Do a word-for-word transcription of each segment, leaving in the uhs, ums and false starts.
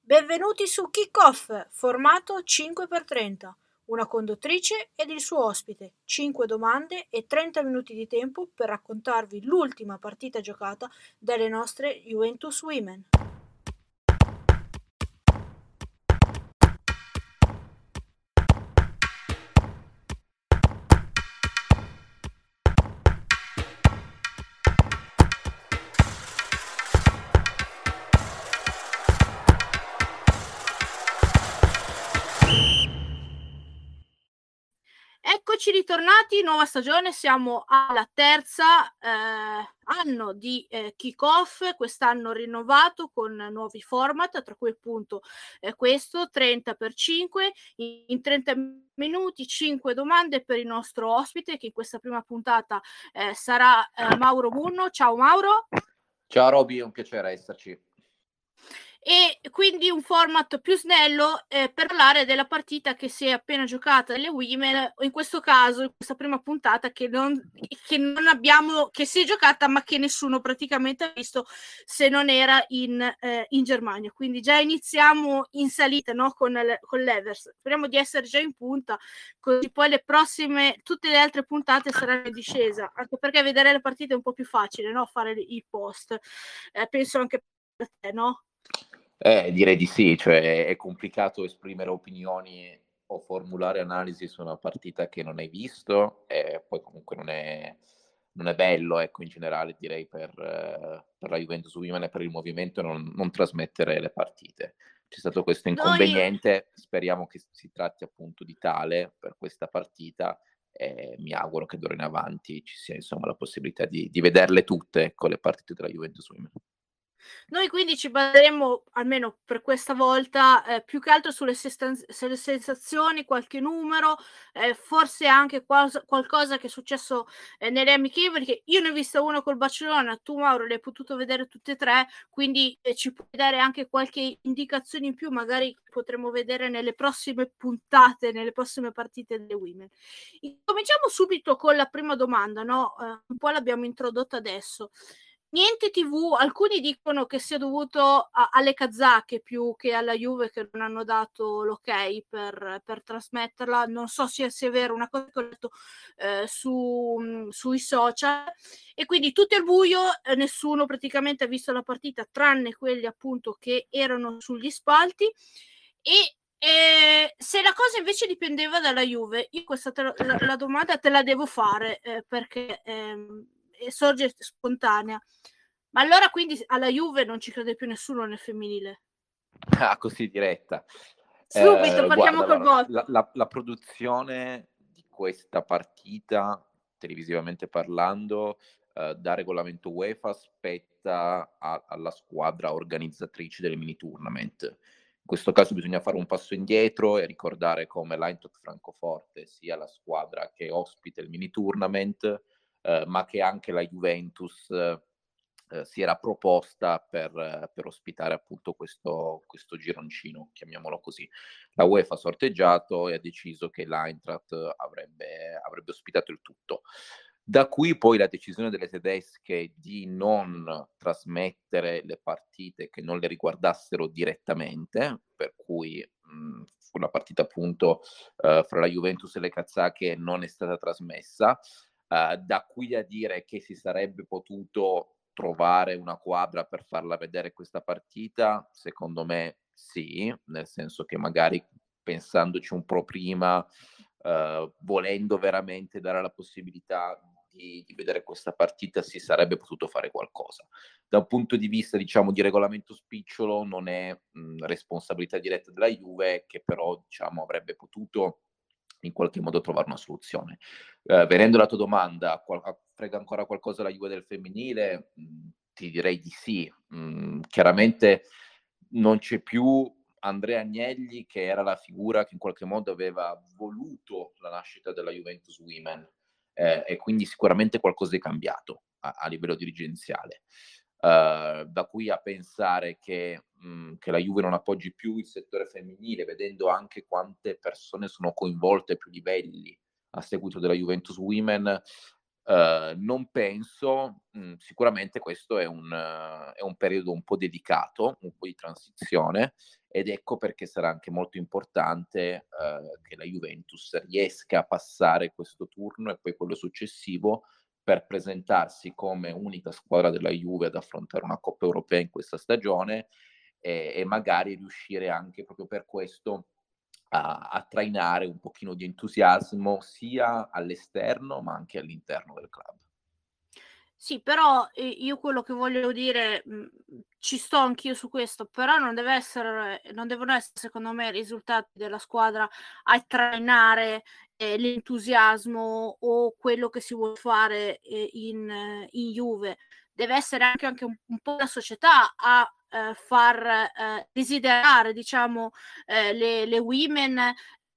Benvenuti su Kick-Off, formato cinque per trenta. Una conduttrice ed il suo ospite, cinque domande e trenta minuti di tempo per raccontarvi l'ultima partita giocata dalle nostre Juventus Women. Eccoci ritornati, nuova stagione, siamo alla terza eh, anno di eh, Kick-Off, quest'anno rinnovato con nuovi format, tra cui appunto eh, questo, trenta per cinque, in, in trenta minuti, cinque domande per il nostro ospite, che in questa prima puntata eh, sarà eh, Mauro Munno. Ciao Mauro. Ciao Roby, è un piacere esserci. E quindi un format più snello eh, per parlare della partita che si è appena giocata dalle Women, in questo caso, in questa prima puntata che non, che non abbiamo, che si è giocata ma che nessuno praticamente ha visto se non era in, eh, in Germania. Quindi già iniziamo in salita, no? con, con l'Evers. Speriamo di essere già in punta, così poi le prossime, tutte le altre puntate saranno in discesa, anche perché vedere le partite è un po' più facile, no? Fare i post. Eh, penso anche per te, no? Eh, direi di sì, cioè è complicato esprimere opinioni o formulare analisi su una partita che non hai visto e poi comunque non è, non è bello, ecco, in generale direi per, eh, per la Juventus Women e per il movimento non, non trasmettere le partite. C'è stato questo inconveniente, Noi... speriamo che si tratti appunto di tale per questa partita e mi auguro che d'ora in avanti ci sia insomma la possibilità di, di vederle tutte, ecco, le partite della Juventus Women. Noi quindi ci baseremo, almeno per questa volta, eh, più che altro sulle, sestan- sulle sensazioni, qualche numero, eh, forse anche quals- qualcosa che è successo eh, nelle amichevoli, che io ne ho vista una col Barcellona, tu Mauro le hai potuto vedere tutte e tre, quindi eh, ci puoi dare anche qualche indicazione in più, magari potremo vedere nelle prossime puntate, nelle prossime partite delle Women. Cominciamo subito con la prima domanda, no? Eh, un po' l'abbiamo introdotta adesso. Niente tivù, alcuni dicono che sia dovuto a, alle kazake più che alla Juve che non hanno dato l'ok per, per trasmetterla, non so se sia vero, una cosa che ho letto eh, su, sui social, e quindi tutto il buio, eh, nessuno praticamente ha visto la partita tranne quelli appunto che erano sugli spalti. E eh, se la cosa invece dipendeva dalla Juve, io questa te la, la, la domanda te la devo fare eh, perché ehm, sorge spontanea. Ma allora quindi alla Juve non ci crede più nessuno nel femminile? Ah, così diretta. Subito Eh, partiamo guarda, col allora, botto. la, la, la produzione di questa partita, televisivamente parlando, eh, da regolamento UEFA spetta a, alla squadra organizzatrice del mini tournament. In questo caso bisogna fare un passo indietro e ricordare come l'Eintracht Francoforte sia la squadra che ospita il mini tournament, eh, ma che anche la Juventus eh, si era proposta per, eh, per ospitare appunto questo, questo gironcino, chiamiamolo così. La UEFA ha sorteggiato e ha deciso che l'Eintracht avrebbe, avrebbe ospitato il tutto. Da qui poi la decisione delle tedesche di non trasmettere le partite che non le riguardassero direttamente, per cui mh, la partita appunto uh, fra la Juventus e le Kazake non è stata trasmessa. Uh, da qui a dire che si sarebbe potuto trovare una quadra per farla vedere questa partita, secondo me sì, nel senso che magari pensandoci un po' prima, uh, volendo veramente dare la possibilità di, di vedere questa partita, si sarebbe potuto fare qualcosa. Da un punto di vista, diciamo, di regolamento spicciolo, non è mh, responsabilità diretta della Juve, che però, diciamo, avrebbe potuto in qualche modo trovare una soluzione. Eh, venendo alla tua domanda, qual- frega ancora qualcosa la Juve del femminile? Mh, ti direi di sì. Mh, chiaramente non c'è più Andrea Agnelli, che era la figura che in qualche modo aveva voluto la nascita della Juventus Women, eh, e quindi sicuramente qualcosa è cambiato a, a livello dirigenziale. Uh, da qui a pensare che, mh, che la Juve non appoggi più il settore femminile, vedendo anche quante persone sono coinvolte a più livelli a seguito della Juventus Women, Uhm, non penso, mhmm, sicuramente questo è un è un periodo un po' dedicato, un po' di transizione, ed ecco perché sarà anche molto importante, uhm, che la Juventus riesca a passare questo turno e poi quello successivo, per presentarsi come unica squadra della Juve ad affrontare una Coppa Europea in questa stagione, e e magari riuscire anche proprio per questo a a trainare un pochino di entusiasmo sia all'esterno, ma anche all'interno del club. Sì, però i io quello che voglio dire, mhmm, ci sto anch'io su questo, però non deve essere non devono essere secondo me i risultati della squadra a trainare, ehm, l'entusiasmo o quello che si vuol fare, ehm, in in Juve. Deve essere anche anche un un po' la società a, ehm, far, ehm, desiderare diciamo, ehm, le le women,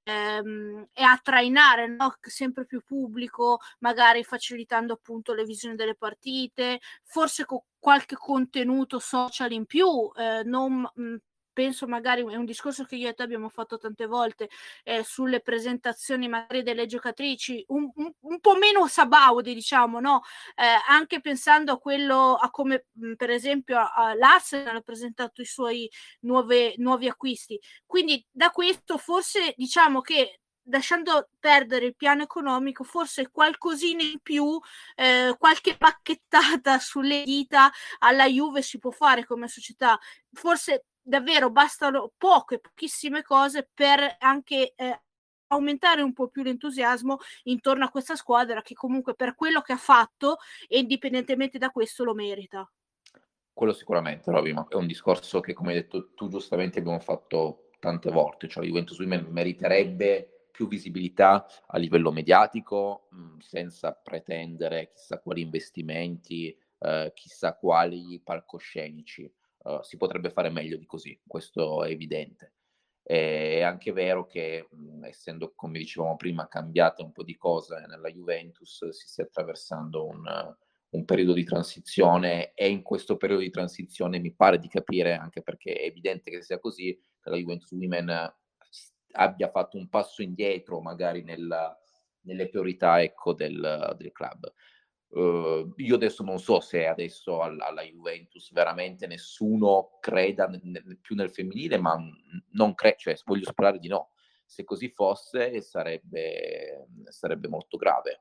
ehm, e a trainare, no, c sempre più pubblico, magari facilitando appunto le visioni delle partite, forse co qualche contenuto social in più, ehm, non mhmm, penso magari è un discorso che io e te abbiamo fatto tante volte, ehm, sulle presentazioni magari delle giocatrici, un un un po' meno sabaude diciamo, no, ehm, anche pensando a quello a come, mhmm, per esempio a l'Arsenal ha presentato i suoi nuove nuovi acquisti. Quindi da questo forse diciamo che, lasciando perdere il piano economico, forse qualcosina in più, ehm, qualche bacchettata sulle dita alla Juve si può fare come società. Forse davvero bastano poche, pochissime cose per anche, ehm, aumentare un po' più l'entusiasmo intorno a questa squadra che comunque per quello che ha fatto e indipendentemente da questo lo merita. Quello sicuramente, Roby, ma è un discorso che, come hai detto tu giustamente, abbiamo fatto tante volte, cioè la Juventus Women meriterebbe più visibilità a livello mediatico, mhmm, senza pretendere chissà quali investimenti, ehm, chissà quali palcoscenici. Uhm, si potrebbe fare meglio di così, questo è evidente. È anche vero che, mhmm, essendo, come dicevamo prima, cambiate un po' di cose nella Juventus, si stia attraversando un un periodo di transizione, e in questo periodo di transizione mi pare di capire, anche perché è evidente che sia così, che la Juventus Women s abbia fatto un passo indietro magari nel nelle priorità, ecco, del del club. Uhm, io adesso non so se adesso al alla Juventus veramente nessuno creda n nel più nel femminile, ma, mhmm, non cre cioè voglio sperare di no. Se così fosse sarebbe sarebbe molto grave.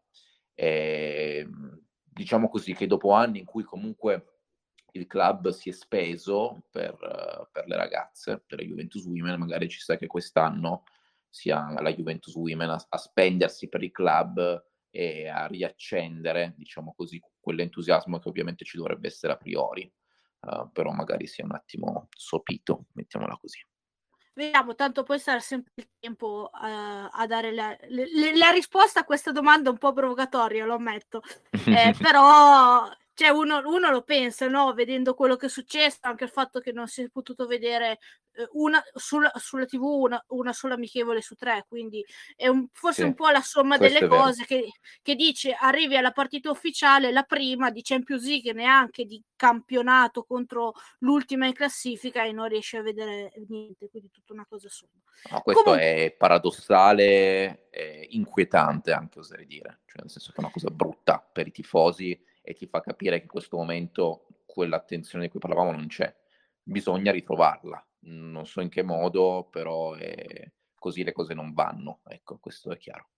Ehm, diciamo così che dopo anni in cui comunque il club si è speso per per le ragazze, per le Juventus Women, magari ci sta che quest'anno sia la Juventus Women a a spendersi per il club e a riaccendere, diciamo così, quell'entusiasmo che ovviamente ci dovrebbe essere a priori, uhm, però magari si è un attimo sopito, mettiamola così. Vediamo, tanto poi sarà sempre il tempo, uhm, a dare la le le la risposta a questa domanda un po' provocatoria, lo ammetto. Ehm, però cioè uno uno lo pensa, no, vedendo quello che è successo, anche il fatto che non si è potuto vedere, uhm, una sulla sulla T V una una sola amichevole su tre, quindi è un forse Sì, un po' la somma questo delle è vero. cose che che dice arrivi alla partita ufficiale, la prima di Champions League, neanche di campionato contro l'ultima in classifica e non riesci a vedere niente, quindi tutta una cosa assurda. No, questo Comunque è paradossale e inquietante anche, oserei dire, cioè nel senso che è una cosa brutta per i tifosi e ti fa capire che in questo momento quell'attenzione di cui parlavamo non c'è. Bisogna ritrovarla. Mhmm, non so in che modo, però, ehm, così le cose non vanno, ecco, questo è chiaro.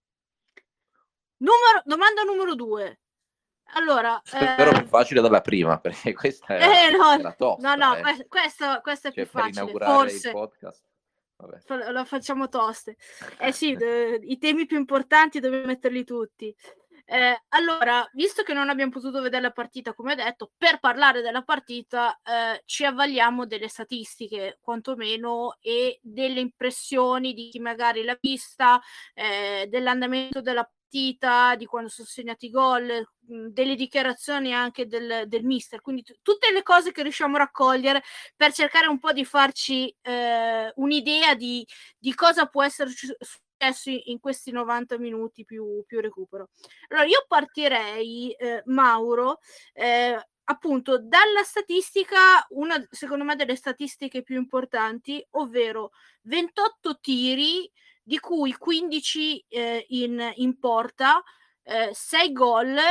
numero domanda numero due. Allora, Spero più ehm facile della prima, perché questa eh era no, era no, tosta, no, eh. ques questo questo è più Cioè per facile, inaugurare il forse. podcast, vabbè. Fa lo facciamo toste. Eh sì, d i temi più importanti dobbiamo metterli tutti. Ehm, allora, visto che non abbiam potuto vedere la partita come detto, per parlare della partita, ehm, ci avvaliamo delle statistiche quantomeno e delle impressioni di chi magari l'ha vista, ehm, dell'andamento della partita, di quando son segnati i gol, mhmm, delle dichiarazioni anche del del mister, quindi t tutte le cose che riusciamo a raccogliere per cercare un po' di farci, ehm, un'idea di di cosa può essere suc successo in questi novanta minuti più più recupero. Allora io partirei, ehm, Mauro, ehm, appunto dalla statistica, una secondo me delle statistiche più importanti, ovvero ventotto tiri, di cui quindici, ehm, in in porta, ehm, sei gol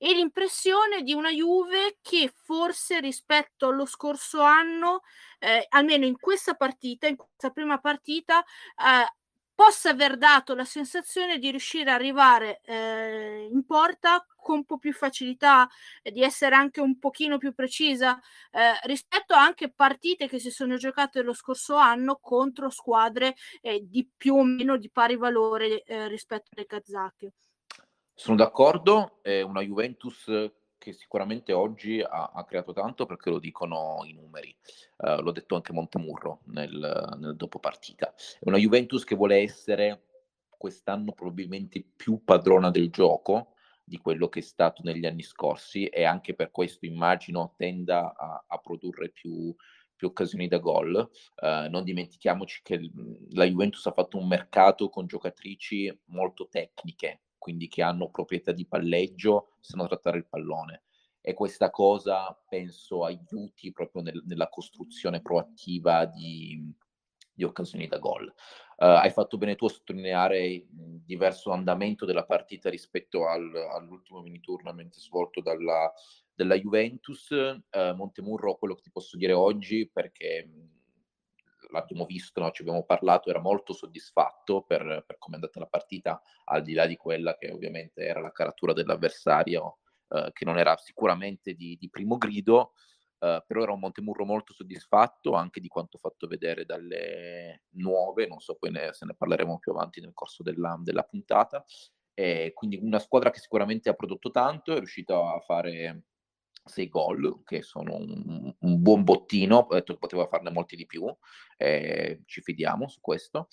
e l'impressione di una Juve che forse rispetto allo scorso anno, ehm, almeno in questa partita, in questa prima partita, ehm, possa aver dato la sensazione di riuscire a arrivare, ehm, in porta con un po' più facilità e di essere anche un pochino più precisa, ehm, rispetto a anche partite che si sono giocate lo scorso anno contro squadre, ehm, di più o meno di pari valore, ehm, rispetto alle kazake. Sono d'accordo, è una Juventus che sicuramente oggi ha ha creato tanto perché lo dicono i numeri. Uhm, l'ha detto anche Montemurro nel nel dopo partita. È una Juventus che vuole essere quest'anno probabilmente più padrona del gioco di quello che è stato negli anni scorsi e anche per questo immagino tenda a a produrre più più occasioni da gol. Uhm, non dimentichiamoci che il mhmm, la Juventus ha fatto un mercato con giocatrici molto tecniche, quindi che hanno proprietà di palleggio, sanno trattare il pallone e questa cosa penso aiuti proprio nel nella costruzione proattiva di di occasioni da gol. Uhm, hai fatto bene tu a sottolineare il diverso andamento della partita rispetto al all'ultimo mini tournament svolto dalla della Juventus. Uhm, Montemurro quello che ti posso dire oggi perché, mhmm, l'abbiamo visto, no, ci abbiamo parlato, era molto soddisfatto per per come è andata la partita, al di là di quella che ovviamente era la caratura dell'avversario, uhm, che non era sicuramente di di primo grido, uhm, però era un Montemurro molto soddisfatto anche di quanto fatto vedere dalle nuove, non so poi ne se ne parleremo più avanti nel corso della della puntata. E quindi una squadra che sicuramente ha prodotto tanto, è riuscita a fare sei gol, che sono un un buon bottino, ho detto che poteva farne molti di più, ehm, ci fidiamo su questo.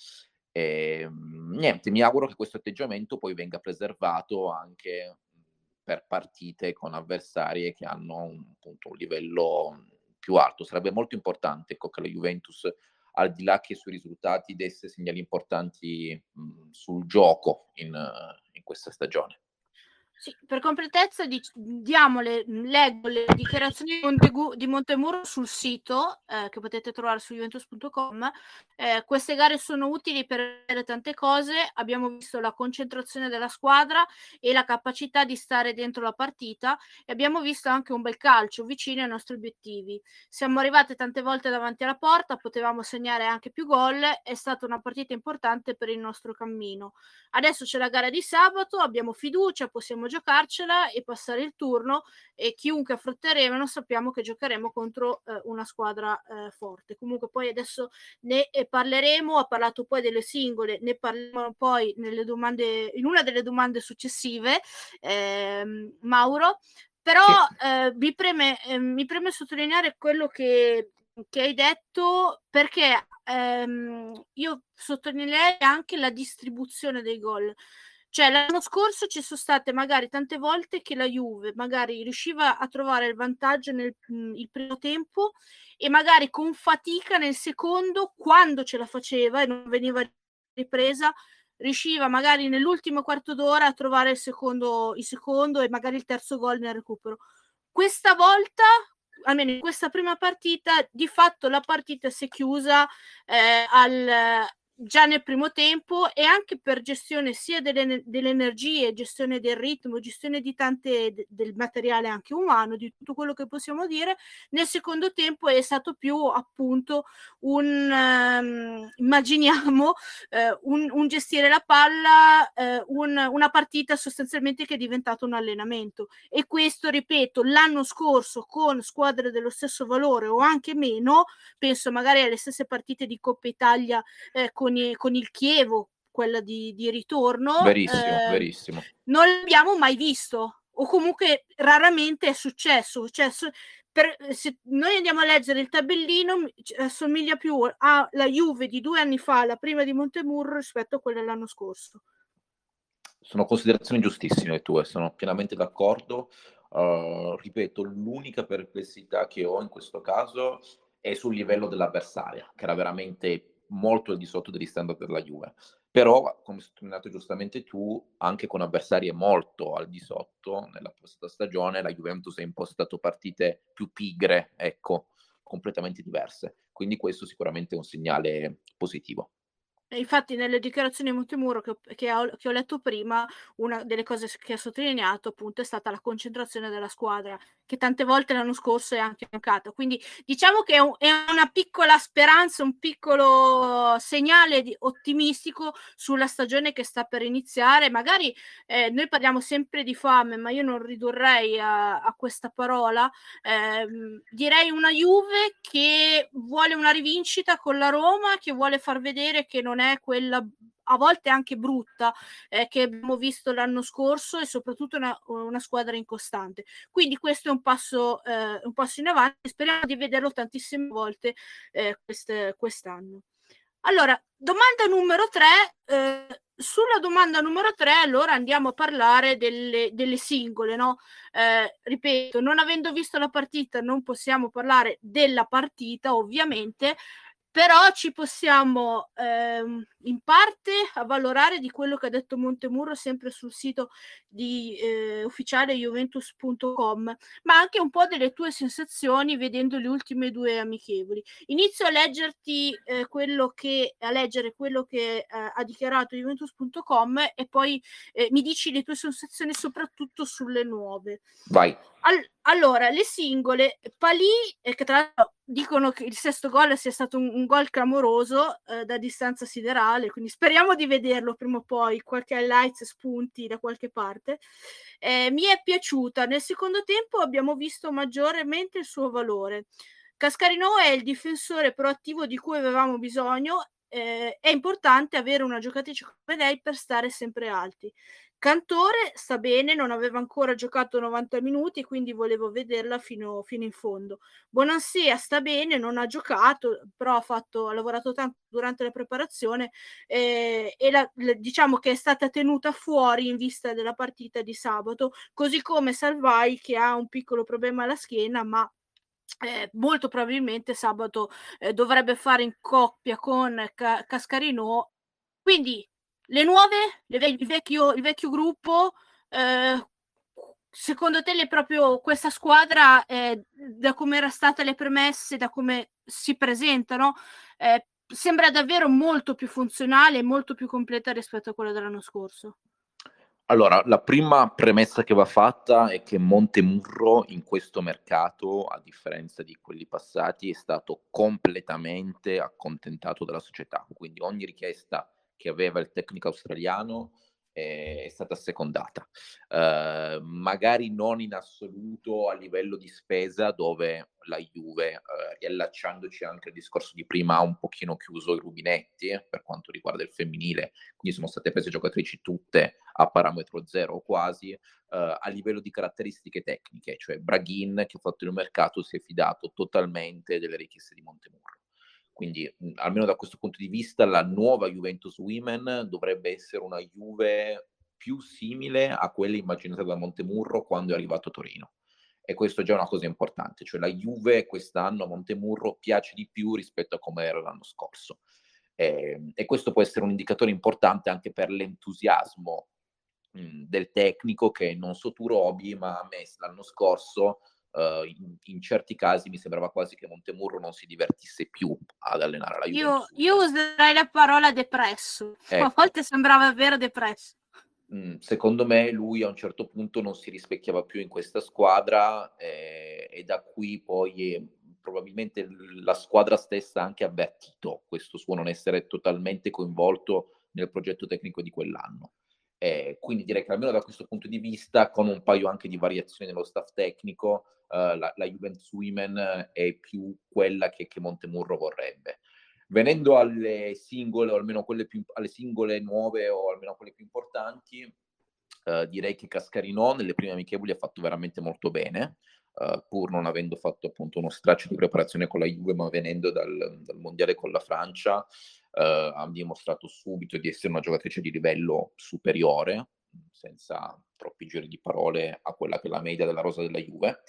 Ehm, niente, mi auguro che questo atteggiamento poi venga preservato anche, mhmm, per partite con avversarie che hanno un appunto un livello, mhmm, più alto. Sarebbe molto importante, ecco, che la Juventus, al di là che sui risultati, desse segnali importanti, mhmm, sul gioco in in questa stagione. Sì, per completezza dic diamo le mhmm, leggo le dichiarazioni di Montegu di Montemurro sul sito, ehm, che potete trovare su juventus punto com. Ehm, queste gare sono utili per vedere tante cose. Abbiamo visto la concentrazione della squadra e la capacità di stare dentro la partita e abbiamo visto anche un bel calcio vicino ai nostri obiettivi. Siamo arrivate tante volte davanti alla porta, potevamo segnare anche più gol, è stata una partita importante per il nostro cammino. Adesso c'è la gara di sabato, abbiamo fiducia, possiamo giocarcela e passare il turno e chiunque affronteremo sappiamo che giocheremo contro eh, una squadra eh, forte. Comunque poi adesso ne eh, parleremo, ha parlato poi delle singole, ne parleremo poi nelle domande, in una delle domande successive, ehm, Mauro. Però Sì. eh, mi, preme, eh, mi preme sottolineare quello che, che hai detto perché ehm, io sottolineerei anche la distribuzione dei gol. Cioè l'anno scorso ci sono state magari tante volte che la Juve magari riusciva a trovare il vantaggio nel mhmm, il primo tempo e magari con fatica nel secondo, quando ce la faceva e non veniva ripresa, riusciva magari nell'ultimo quarto d'ora a trovare il secondo il secondo e magari il terzo gol nel recupero. Questa volta, almeno in questa prima partita, di fatto la partita si è chiusa eh, al, già nel primo tempo e anche per gestione sia delle, delle energie, gestione del ritmo, gestione di tante de, del materiale anche umano, di tutto quello che possiamo dire, nel secondo tempo è stato più appunto un um, immaginiamo eh, un, un gestire la palla, eh, un, una partita sostanzialmente che è diventato un allenamento e questo ripeto l'anno scorso con squadre dello stesso valore o anche meno, penso magari alle stesse partite di Coppa Italia eh, con, i, con il Chievo, quella di, di ritorno, Verissimo, eh, verissimo. non l'abbiamo mai visto o comunque raramente è successo, cioè per, se noi andiamo a leggere il tabellino assomiglia più alla Juve di due anni fa, la prima di Montemurro, rispetto a quella dell'anno scorso. Sono considerazioni giustissime le tue, sono pienamente d'accordo. Uh, ripeto, l'unica perplessità che ho in questo caso è sul livello dell'avversaria, che era veramente molto al di sotto degli standard della Juve. Però, come sottolineato giustamente tu, anche con avversarie molto al di sotto, nella passata stagione la Juventus ha impostato partite più pigre, ecco, completamente diverse. Quindi questo sicuramente è un segnale positivo. E infatti nelle dichiarazioni di Montemurro che ho che ho che ho letto prima, una delle cose s che ha sottolineato appunto è stata la concentrazione della squadra, che tante volte l'anno scorso è anche mancata. Quindi diciamo che è un è una piccola speranza, un piccolo segnale di ottimistico sulla stagione che sta per iniziare. Magari, ehm, noi parliamo sempre di fame, ma io non ridurrei a a questa parola, ehm, direi una Juve che vuole una rivincita con la Roma, che vuole far vedere che non è quella a volte anche brutta, ehm, che abbiamo visto l'anno scorso e soprattutto una una squadra incostante. Quindi questo è un passo ehm, un passo in avanti, speriamo di vederlo tantissime volte, ehm, quest quest'anno. Allora, domanda numero tre, ehm, sulla domanda numero tre allora andiamo a parlare delle delle singole, no, ehm, ripeto, non avendo visto la partita non possiamo parlare della partita ovviamente, però ci possiamo, ehm, in parte avvalorare di quello che ha detto Montemurro sempre sul sito di ehm, ufficiale juventus punto com, ma anche un po' delle tue sensazioni vedendo le ultime due amichevoli. Inizio a leggerti, ehm, quello che a leggere quello che, ehm, ha dichiarato juventus punto com e poi, ehm, mi dici le tue sensazioni soprattutto sulle nuove. Vai. Al allora, le singole, Palì, e che tra l'altro dicono che il sesto gol sia stato un un gol clamoroso, ehm, da distanza siderale, quindi speriamo di vederlo prima o poi, qualche highlights spunti da qualche parte. Ehm, mi è piaciuta. Nel secondo tempo abbiamo visto maggiormente il suo valore. Cascarino è il difensore proattivo di cui avevamo bisogno, ehm, è importante avere una giocatrice come lei per stare sempre alti. Cantore sta bene, non aveva ancora giocato novanta minuti, quindi volevo vederla fino fino in fondo. Bonansia sta bene, non ha giocato, però ha fatto ha lavorato tanto durante la preparazione, ehm, e la l diciamo che è stata tenuta fuori in vista della partita di sabato, così come Salvai che ha un piccolo problema alla schiena, ma, ehm, molto probabilmente sabato, ehm, dovrebbe fare in coppia con Ca Cascarino. Quindi le nuove? Le ve il vecchio il vecchio gruppo? Ehm, secondo te le proprio questa squadra, ehm, da come era state le premesse, da come si presentano, ehm, sembra davvero molto più funzionale e molto più completa rispetto a quella dell'anno scorso? Allora, la prima premessa che va fatta è che Montemurro in questo mercato, a differenza di quelli passati, è stato completamente accontentato dalla società. Quindi ogni richiesta che aveva il tecnico australiano, ehm, è stata assecondata. Uhm, magari non in assoluto a livello di spesa dove la Juve, uhm, riallacciandoci anche al discorso di prima, ha un pochino chiuso i rubinetti per quanto riguarda il femminile, quindi sono state prese giocatrici tutte a parametro zero o quasi, uhm, a livello di caratteristiche tecniche, cioè Braghin che ha fatto il mercato si è fidato totalmente delle richieste di Montemurro. Quindi, mhmm, almeno da questo punto di vista, la nuova Juventus Women dovrebbe essere una Juve più simile a quelle immaginate da Montemurro quando è arrivato a Torino. E questo è già una cosa importante, cioè la Juve quest'anno a Montemurro piace di più rispetto a come era l'anno scorso. Ehm, e questo può essere un indicatore importante anche per l'entusiasmo mhmm, del tecnico che non so tu Roby, ma a me s l'anno scorso, uhm, in in certi casi mi sembrava quasi che Montemurro non si divertisse più ad allenare la Io Juventus io Women. userei la parola depresso. A Ecco, volte sembrava davvero depresso. mhmm, secondo me lui a un certo punto non si rispecchiava più in questa squadra, ehm, e da qui poi, ehm, probabilmente l la squadra stessa ha anche avvertito questo suo non essere totalmente coinvolto nel progetto tecnico di quell'anno. Ehm, quindi direi che almeno da questo punto di vista, con un paio anche di variazioni nello staff tecnico, uhm, la la Juventus Women è più quella che che Montemurro vorrebbe. Venendo alle singole o almeno quelle più alle singole nuove o almeno quelle più importanti, uhm, direi che Cascarino nelle prime amichevoli ha fatto veramente molto bene, uhm, pur non avendo fatto appunto uno straccio di preparazione con la Juve, ma venendo dal dal mondiale con la Francia, uhm, ha dimostrato subito di essere una giocatrice di livello superiore, senza troppi giri di parole, a quella che è la media della rosa della Juve.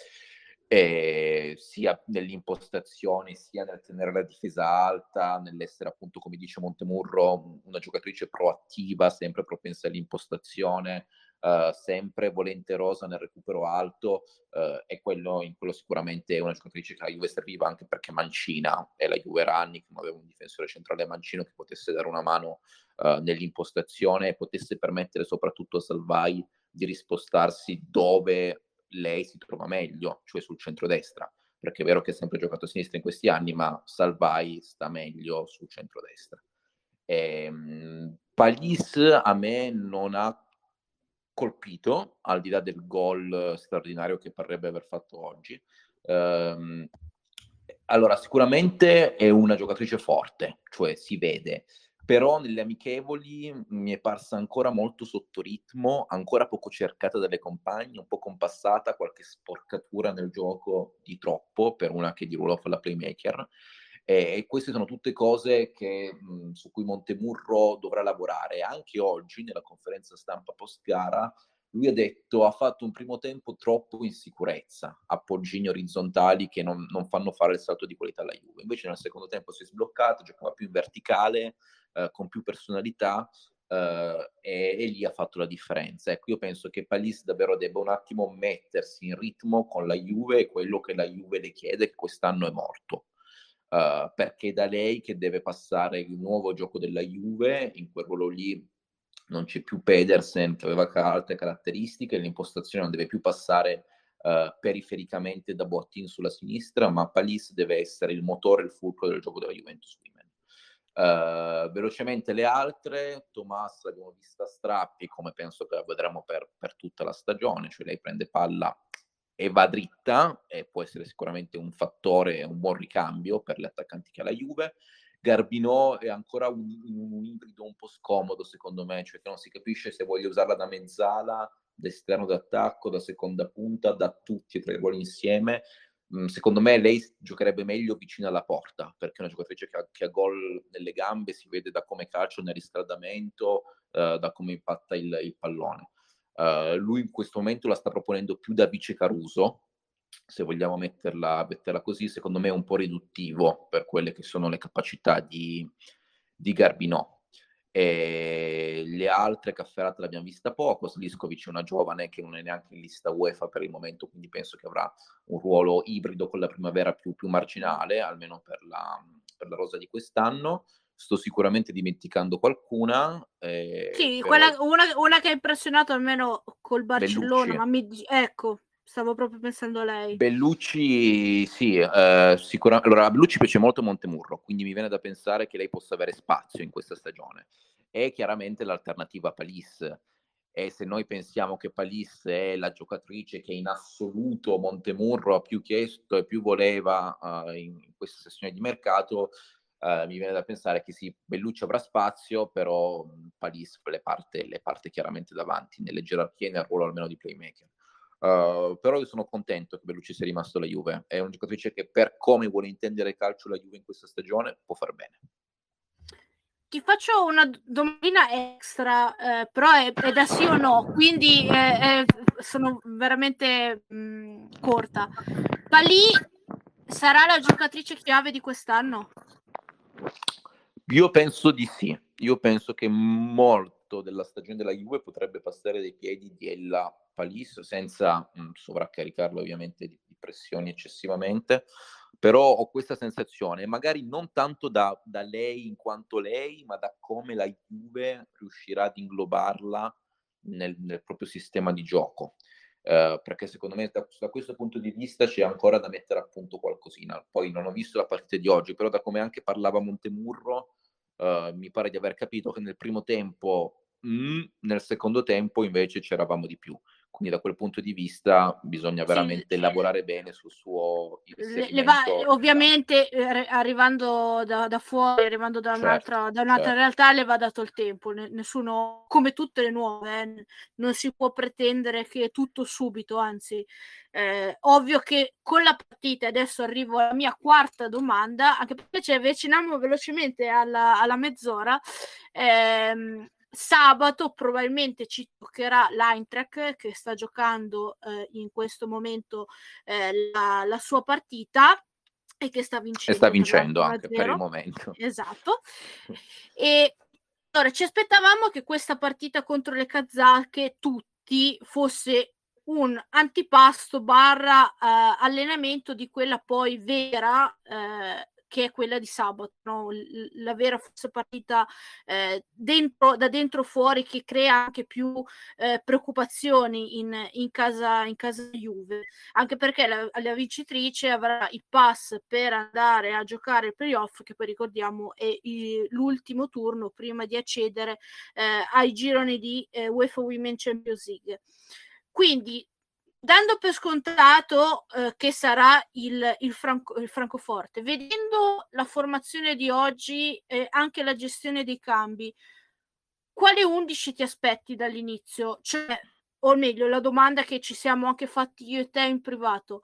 Ehm, sia nell'impostazione, sia nel tenere la difesa alta, nell'essere appunto, come dice Montemurro, una giocatrice proattiva, sempre propensa all'impostazione, uh, sempre volenterosa nel recupero alto, uh, e quello, in quello sicuramente è una giocatrice che la Juve serviva, anche perché mancina, e la Juve era anni che non aveva un difensore centrale mancino che potesse dare una mano uh, nell'impostazione e potesse permettere soprattutto a Salvai di rispostarsi dove lei si trova meglio, cioè sul centrodestra, perché è vero che ha sempre giocato a sinistra in questi anni, ma Salvai sta meglio sul centrodestra. Ehm, Palis a me non ha colpito, al di là del gol straordinario che parrebbe aver fatto oggi. Ehm, allora, sicuramente è una giocatrice forte, cioè si vede, però nelle amichevoli mi è parsa ancora molto sotto ritmo, ancora poco cercata dalle compagne, un po' compassata, qualche sporcatura nel gioco di troppo per una che di ruolo fa la playmaker. E queste sono tutte cose che, mh, su cui Montemurro dovrà lavorare. Anche oggi, nella conferenza stampa post gara, lui ha detto ha fatto un primo tempo troppo in sicurezza, appoggiini orizzontali che non, non fanno fare il salto di qualità alla Juve. Invece nel secondo tempo si è sbloccato, giocava più in verticale, eh, con più personalità, eh, e, e lì ha fatto la differenza. Ecco, io penso che Palis davvero debba un attimo mettersi in ritmo con la Juve e quello che la Juve le chiede, che quest'anno è morto. Uh, perché è da lei che deve passare il nuovo gioco della Juve. In quel ruolo lì non c'è più Pedersen, che aveva altre caratteristiche, l'impostazione non deve più passare uh, perifericamente da Boattin sulla sinistra, ma Palis deve essere il motore, il fulcro del gioco della Juventus Women. Uh, velocemente le altre, Tomas l'abbiamo vista a strappi, come penso che la vedremo per, per tutta la stagione, cioè lei prende palla e va dritta, e può essere sicuramente un fattore, un buon ricambio per le attaccanti che ha la Juve. Garbinò è ancora un, un ibrido un po' scomodo, secondo me, cioè che non si capisce se voglio usarla da mezzala, da esterno d'attacco, da seconda punta, da tutti e tre i ruoli insieme. Mm, secondo me lei giocherebbe meglio vicino alla porta, perché è una giocatrice che ha, che ha gol nelle gambe, si vede da come calcia nel riscaldamento, uh, da come impatta il, il pallone. Uh, lui in questo momento la sta proponendo più da vice Caruso, se vogliamo metterla, metterla così, secondo me è un po' riduttivo per quelle che sono le capacità di, di Garbinò. E le altre Cafferata l'abbiamo vista poco, Sliskovic è una giovane che non è neanche in lista UEFA per il momento, quindi penso che avrà un ruolo ibrido con la primavera più, più marginale, almeno per la, per la rosa di quest'anno. Sto sicuramente dimenticando qualcuna. Eh, Sì, però... quella, una, una che ha impressionato almeno col Barcellona, Bellucci. ma mi, ecco, stavo proprio pensando a lei. Bellucci, sì, eh, sicuramente. Allora, a Bellucci piace molto Montemurro, quindi mi viene da pensare che lei possa avere spazio in questa stagione. È chiaramente l'alternativa a Palis. E se noi pensiamo che Palis è la giocatrice che in assoluto Montemurro ha più chiesto e più voleva uh, in, in questa sessione di mercato, uh, mi viene da pensare che sì, Bellucci avrà spazio, però Palis le parte, le parte chiaramente davanti, nelle gerarchie e nel ruolo almeno di playmaker. Uh, però io sono contento che Bellucci sia rimasto alla Juve. È una giocatrice che, per come vuole intendere il calcio la Juve in questa stagione, può far bene. Ti faccio una domandina extra, eh, però è, è da sì o no, quindi eh, eh, sono veramente mh, corta. Palì sarà la giocatrice chiave di quest'anno? Io penso di sì. Io penso che molto della stagione della Juve potrebbe passare dai piedi di Ella Palis, senza mh, sovraccaricarlo ovviamente di, di pressioni eccessivamente, però ho questa sensazione, magari non tanto da, da lei in quanto lei, ma da come la Juve riuscirà ad inglobarla nel, nel proprio sistema di gioco. Uh, perché secondo me da, da questo punto di vista c'è ancora da mettere a punto qualcosina. Poi non ho visto la partita di oggi, però da come anche parlava Montemurro, uh, mi pare di aver capito che nel primo tempo, mm, nel secondo tempo invece c'eravamo di più. Quindi da quel punto di vista bisogna veramente Sì, lavorare bene sul suo le, le va, inserimento. ovviamente eh, arrivando da, da fuori, arrivando da un'altra, Certo, da un'altra certo. realtà, le va dato il tempo. Nessuno, come tutte le nuove, eh, non si può pretendere che è tutto subito, anzi, eh, ovvio che con la partita, adesso arrivo alla mia quarta domanda, anche perché ci avviciniamo velocemente alla, alla mezz'ora. Ehm, Sabato probabilmente ci toccherà l'Eintracht, che sta giocando eh, in questo momento eh, la, la sua partita e che sta vincendo, E sta vincendo anche per il uno a zero. momento. Esatto. E allora ci aspettavamo che questa partita contro le kazake tutti Totti fosse un antipasto barra uh, allenamento di quella poi vera uh, che è quella di sabato, no? L- la vera forse partita eh, dentro, da dentro fuori, che crea anche più eh, preoccupazioni in, in casa in casa Juve, anche perché la, la vincitrice avrà il pass per andare a giocare il playoff, che poi ricordiamo è il, l'ultimo turno prima di accedere eh, ai gironi di eh, UEFA Women Champions League. Quindi, dando per scontato eh, che sarà il, il, Franco, il Francoforte, vedendo la formazione di oggi e anche la gestione dei cambi, quale undici ti aspetti dall'inizio? Cioè, o meglio, la domanda che ci siamo anche fatti io e te in privato.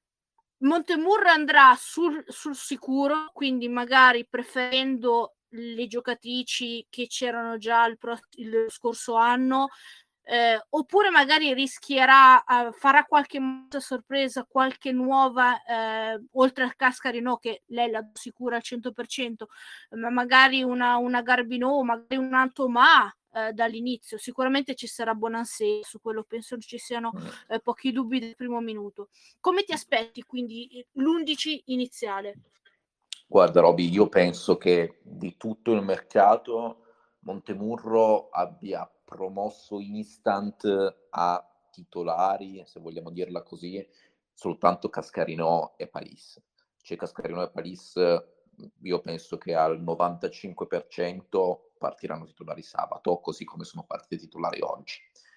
Montemurro andrà sul, sul sicuro, quindi magari preferendo le giocatrici che c'erano già il, pro- il scorso anno, eh, oppure magari rischierà, uh, farà qualche sorpresa, qualche nuova, eh, oltre a Cascarino, che lei la sicura al cento per cento, ma magari una, una Garbino, magari un Antomà eh, dall'inizio. Sicuramente ci sarà Bonansé, su quello penso ci siano eh, pochi dubbi del primo minuto. Come ti aspetti quindi l'undici iniziale? Guarda Roby, io penso che di tutto il mercato Montemurro abbia promosso instant a titolari, se vogliamo dirla così, soltanto Cascarino e Palis. Cioè Cascarino e Palis, io penso che al novantacinque per cento partiranno titolari sabato, così come sono partiti titolari oggi.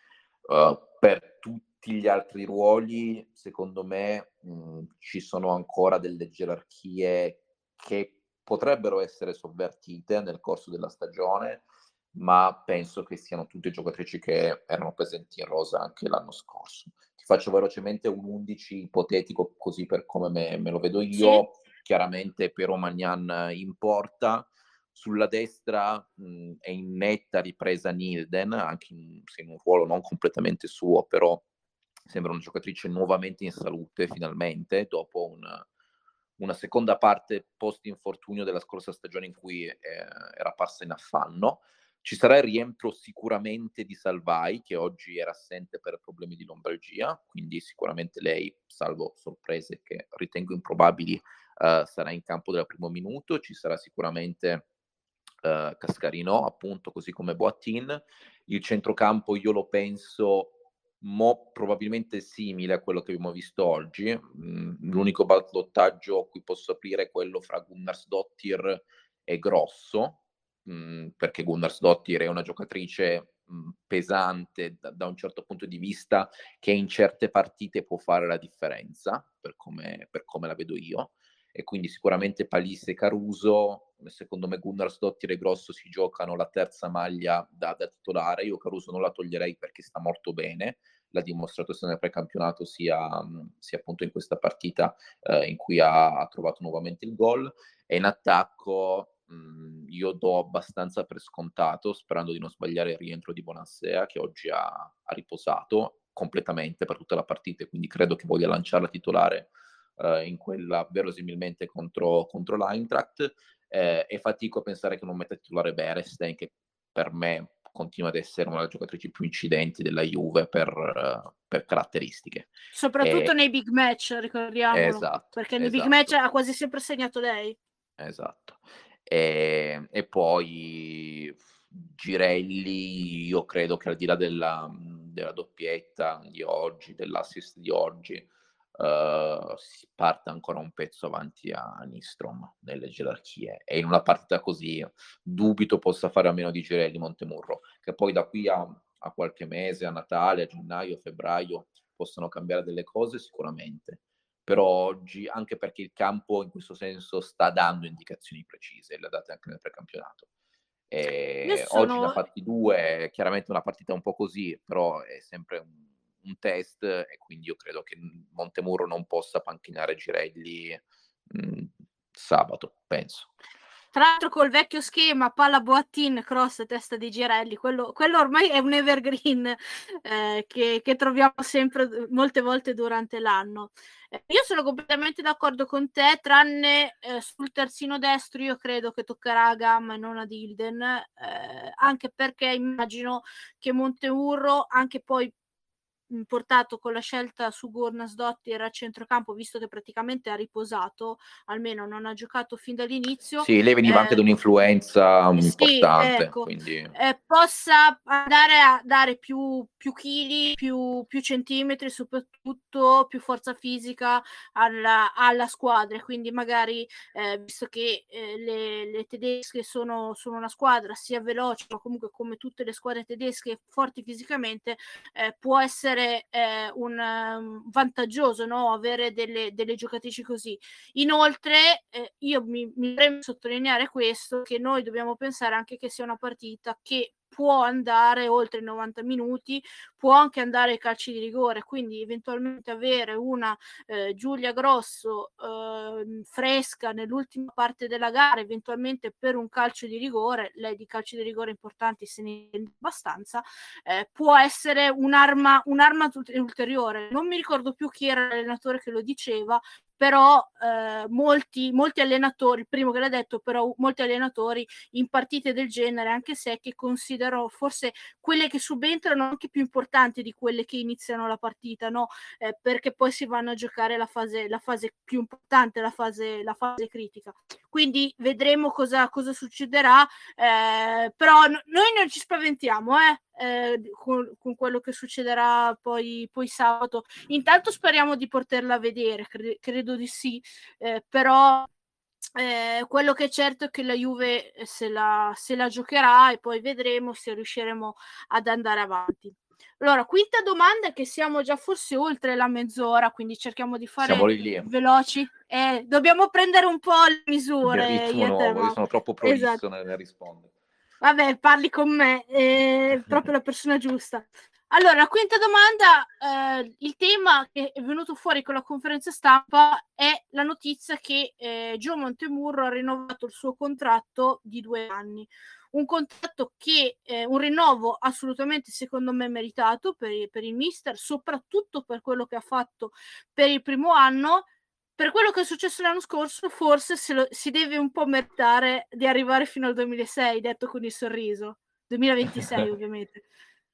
Uh, per tutti gli altri ruoli, secondo me, mh, ci sono ancora delle gerarchie che potrebbero essere sovvertite nel corso della stagione, ma penso che siano tutte giocatrici che erano presenti in rosa anche l'anno scorso. Ti faccio velocemente un undici ipotetico, così per come me, me lo vedo io. Sì. Chiaramente Piero Magnan in porta. Sulla destra mh, è in netta ripresa Nilden, anche in, se in un ruolo non completamente suo, però sembra una giocatrice nuovamente in salute finalmente, dopo un, una seconda parte post-infortunio della scorsa stagione in cui eh, era passa in affanno. Ci sarà il rientro sicuramente di Salvai, che oggi era assente per problemi di lombalgia, quindi sicuramente lei, salvo sorprese che ritengo improbabili, uh, sarà in campo dal primo minuto. Ci sarà sicuramente uh, Cascarino, appunto, così come Boattin. Il centrocampo io lo penso mo probabilmente simile a quello che abbiamo visto oggi. Mm, l'unico ballottaggio a cui posso aprire è quello fra Gunnarsdottir e Grosso, mh, perché Gunnarsdottir è una giocatrice mh, pesante da, da un certo punto di vista, che in certe partite può fare la differenza, per come, per come la vedo io, e quindi sicuramente Palisse e Caruso. Secondo me Gunnarsdottir e Grosso si giocano la terza maglia da, da titolare. Io Caruso non la toglierei perché sta molto bene, l'ha dimostrato sia nel precampionato sia, sia appunto in questa partita eh, in cui ha, ha trovato nuovamente il gol. E in attacco mh, io do abbastanza per scontato, sperando di non sbagliare, il rientro di Bonansea, che oggi ha, ha riposato completamente per tutta la partita, quindi credo che voglia lanciarla titolare eh, in quella verosimilmente contro, contro l'Eintracht, eh, e fatico a pensare che non metta titolare Berestein, che per me continua ad essere una delle giocatrici più incidenti della Juve per, uh, per caratteristiche. Soprattutto e, nei big match, ricordiamolo, esatto, perché nei esatto, big match ha quasi sempre segnato lei. Esatto. E, e poi Girelli, io credo che al di là della, della doppietta di oggi, dell'assist di oggi, Uh, si parta ancora un pezzo avanti a Nistrom nelle gerarchie, e in una partita così dubito possa fare a meno di Girelli Montemurro, che poi da qui a, a qualche mese, a Natale, a gennaio, a febbraio, possono cambiare delle cose sicuramente, però oggi, anche perché il campo in questo senso sta dando indicazioni precise, le ha date anche nel precampionato. E sono... oggi ne ha fatti due, chiaramente una partita un po' così, però è sempre un un test, e quindi io credo che Montemurro non possa panchinare Girelli mh, sabato, penso. Tra l'altro col vecchio schema, palla Boattin, cross, testa di Girelli, quello, quello ormai è un evergreen eh, che, che troviamo sempre molte volte durante l'anno. Eh, io sono completamente d'accordo con te, tranne eh, sul terzino destro io credo che toccherà a Gamma e non ad Hilden, eh, anche perché immagino che Montemurro, anche poi mhmm, portato con la scelta su Gunnarsdottir a centrocampo, visto che praticamente ha riposato, almeno non ha giocato fin dall'inizio, Sì, lei veniva anche ehm da un'influenza sì, importante, ecco, quindi ehm, possa andare a dare più più chili, più più centimetri, soprattutto più forza fisica alla alla squadra e quindi magari, ehm, visto che, ehm, le le tedesche sono sono una squadra sia veloce, ma comunque come tutte le squadre tedesche forti fisicamente, ehm, può essere, ehm, un um, vantaggioso, no, avere delle delle giocatrici così. Inoltre, ehm, io mi mi preme sottolineare questo, che noi dobbiamo pensare anche che sia una partita che può andare oltre i novanta minuti, può anche andare ai calci di rigore, quindi eventualmente avere una, ehm, Giulia Grosso, uhm, fresca nell'ultima parte della gara, eventualmente per un calcio di rigore, lei di calci di rigore importanti se ne intende abbastanza, ehm, può essere un'arma un'arma tut ulteriore. Non mi ricordo più chi era l'allenatore che lo diceva, però ehm, molti molti allenatori, il primo che l'ha detto, però molti allenatori in partite del genere, anche se che considero forse quelle che subentrano anche più importanti di quelle che iniziano la partita, no, ehm, perché poi si vanno a giocare la fase la fase più importante, la fase la fase critica. Quindi vedremo cosa cosa succederà, ehm, però no noi non ci spaventiamo, eh, ehm, con con quello che succederà poi poi sabato. Intanto speriamo di poterla vedere, cre credo di sì, ehm, però, ehm, quello che è certo è che la Juve eh, se la se la giocherà e poi vedremo se riusciremo ad andare avanti. Allora, quinta domanda, che siamo già forse oltre la mezz'ora, quindi cerchiamo di siamo fare lì lì. veloci. Eh, dobbiamo prendere un po' le Il misure ritmo io e te, nuovo, io ma sono troppo esa prolisso nel nel rispondere. vabbè, parli con me, ehm, proprio la persona giusta. Allora, la quinta domanda, ehm, il tema che è venuto fuori con la conferenza stampa è la notizia che, ehm, Joe Montemurro ha rinnovato il suo contratto di due anni. Un contratto che è un rinnovo assolutamente secondo me meritato per i per il mister, soprattutto per quello che ha fatto per il primo anno. Per quello che è successo l'anno scorso forse se lo si deve un po' meritare di arrivare fino al duemilasei, detto con il sorriso. duemilaventisei ovviamente.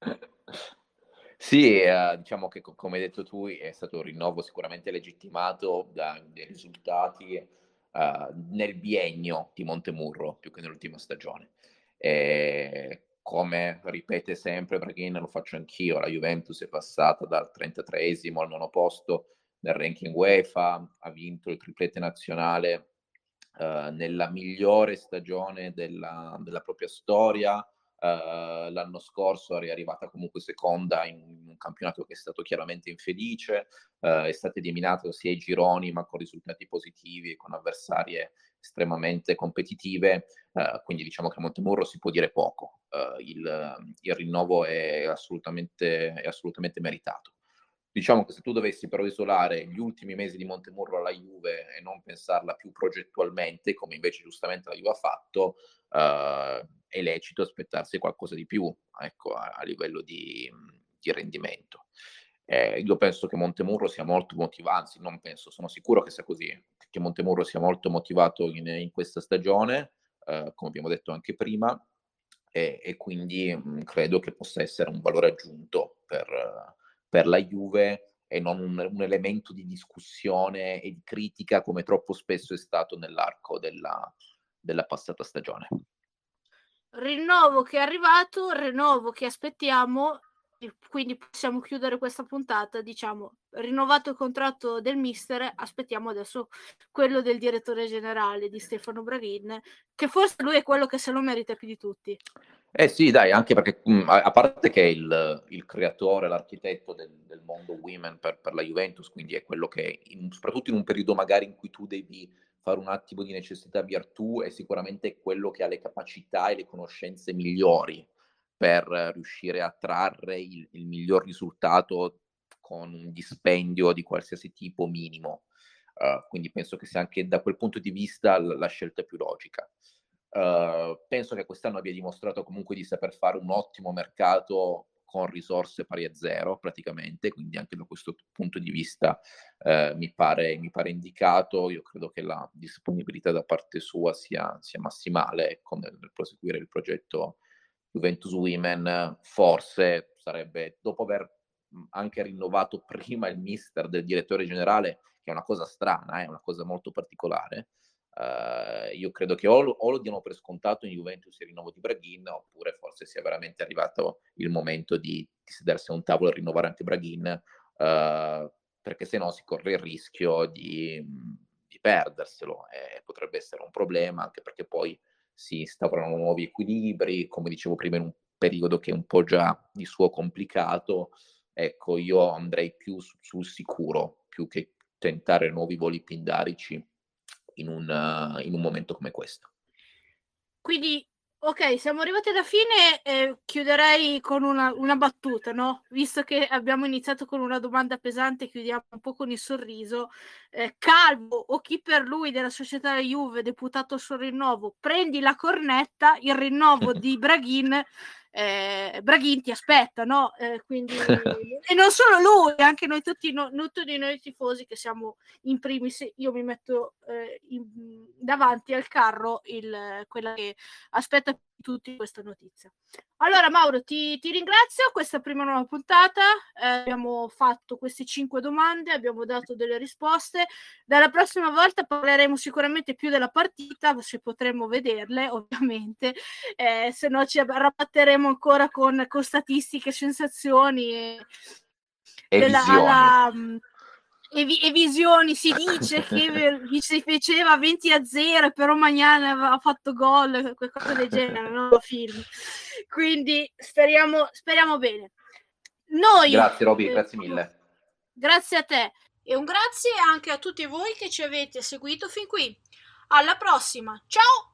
Sì, ehm, diciamo che co come hai detto tu è stato un rinnovo sicuramente legittimato da dei risultati, ehm, nel biennio di Montemurro, più che nell'ultima stagione. Ehm, come ripete sempre Braghin, lo faccio anch'io, la Juventus è passata dal trentatreesimo al nono posto nel ranking UEFA, ha vinto il triplete nazionale, ehm, nella migliore stagione della della propria storia. Uh, l'anno scorso è arrivata comunque seconda in un campionato che è stato chiaramente infelice, uh, è stata eliminata sia ai gironi ma con risultati positivi e con avversarie estremamente competitive, uh, quindi diciamo che a Montemurro si può dire poco, uh, il, il rinnovo è assolutamente, è assolutamente meritato. Diciamo che se tu dovessi però isolare gli ultimi mesi di Montemurro alla Juve e non pensarla più progettualmente, come invece giustamente la Juve ha fatto, uh, è lecito aspettarsi qualcosa di più, ecco, a, a livello di, di rendimento. Eh, io penso che Montemurro sia molto motivato, anzi non penso, sono sicuro che sia così, che Montemurro sia molto motivato in, in questa stagione, eh, come abbiamo detto anche prima, e, e quindi mh, credo che possa essere un valore aggiunto per, per la Juve e non un, un elemento di discussione e di critica come troppo spesso è stato nell'arco della, della passata stagione. Rinnovo che è arrivato, rinnovo che aspettiamo, e quindi possiamo chiudere questa puntata, diciamo, rinnovato il contratto del mister, aspettiamo adesso quello del direttore generale di Stefano Braghin, che forse lui è quello che se lo merita più di tutti. Eh sì, dai, anche perché mh, a, a parte che è il, il creatore, l'architetto del, del mondo women per, per la Juventus, quindi è quello che, in, soprattutto in un periodo magari in cui tu devi fare un attimo di necessità virtù, è sicuramente quello che ha le capacità e le conoscenze migliori per riuscire a trarre il, il miglior risultato con un dispendio di qualsiasi tipo minimo. Uh, quindi penso che sia anche da quel punto di vista l- la scelta più logica. Uh, penso che quest'anno abbia dimostrato comunque di saper fare un ottimo mercato con risorse pari a zero praticamente, quindi anche da questo punto di vista eh, mi, pare, mi pare indicato. Io credo che la disponibilità da parte sua sia, sia massimale, ecco, nel, nel proseguire il progetto Juventus Women. Forse sarebbe, dopo aver anche rinnovato prima il mister del direttore generale, che è una cosa strana, è una cosa molto particolare. Uh, io credo che o lo, o lo diano per scontato in Juventus il rinnovo di Braghin, oppure forse sia veramente arrivato il momento di, di sedersi a un tavolo e rinnovare anche Braghin, uh, perché se no si corre il rischio di, di perderselo, e potrebbe essere un problema, anche perché poi si instaurano nuovi equilibri, come dicevo prima, in un periodo che è un po' già di suo complicato. Ecco, io andrei più su, sul sicuro, più che tentare nuovi voli pindarici in un, uh, in un momento come questo. Quindi, ok, siamo arrivati alla fine, eh, chiuderei con una, una battuta, no? Visto che abbiamo iniziato con una domanda pesante, chiudiamo un po' con il sorriso. Eh, Calvo o chi per lui della società Juve, deputato sul rinnovo, prendi la cornetta, il rinnovo di Braghin, eh, Braghin ti aspetta, no? Eh, quindi, e non solo lui, anche noi tutti, no, noi, tutti noi tifosi che siamo in primis, io mi metto eh, in, davanti al carro il, quella che aspetta tutti questa notizia. Allora Mauro, ti, ti ringrazio, questa prima nuova puntata, eh, abbiamo fatto queste cinque domande, abbiamo dato delle risposte. Dalla prossima volta parleremo sicuramente più della partita, se potremo vederle ovviamente, eh, se no ci arrabatteremo ancora con, con statistiche, sensazioni e, e della, visioni. alla, e, vi, e visioni. Si dice che si faceva venti a zero, però Magnani aveva fatto gol, qualcosa del genere, no? Film. Quindi speriamo, speriamo bene. Noi, grazie Roby, eh, grazie mille. Grazie a te e un grazie anche a tutti voi che ci avete seguito fin qui. Alla prossima, ciao!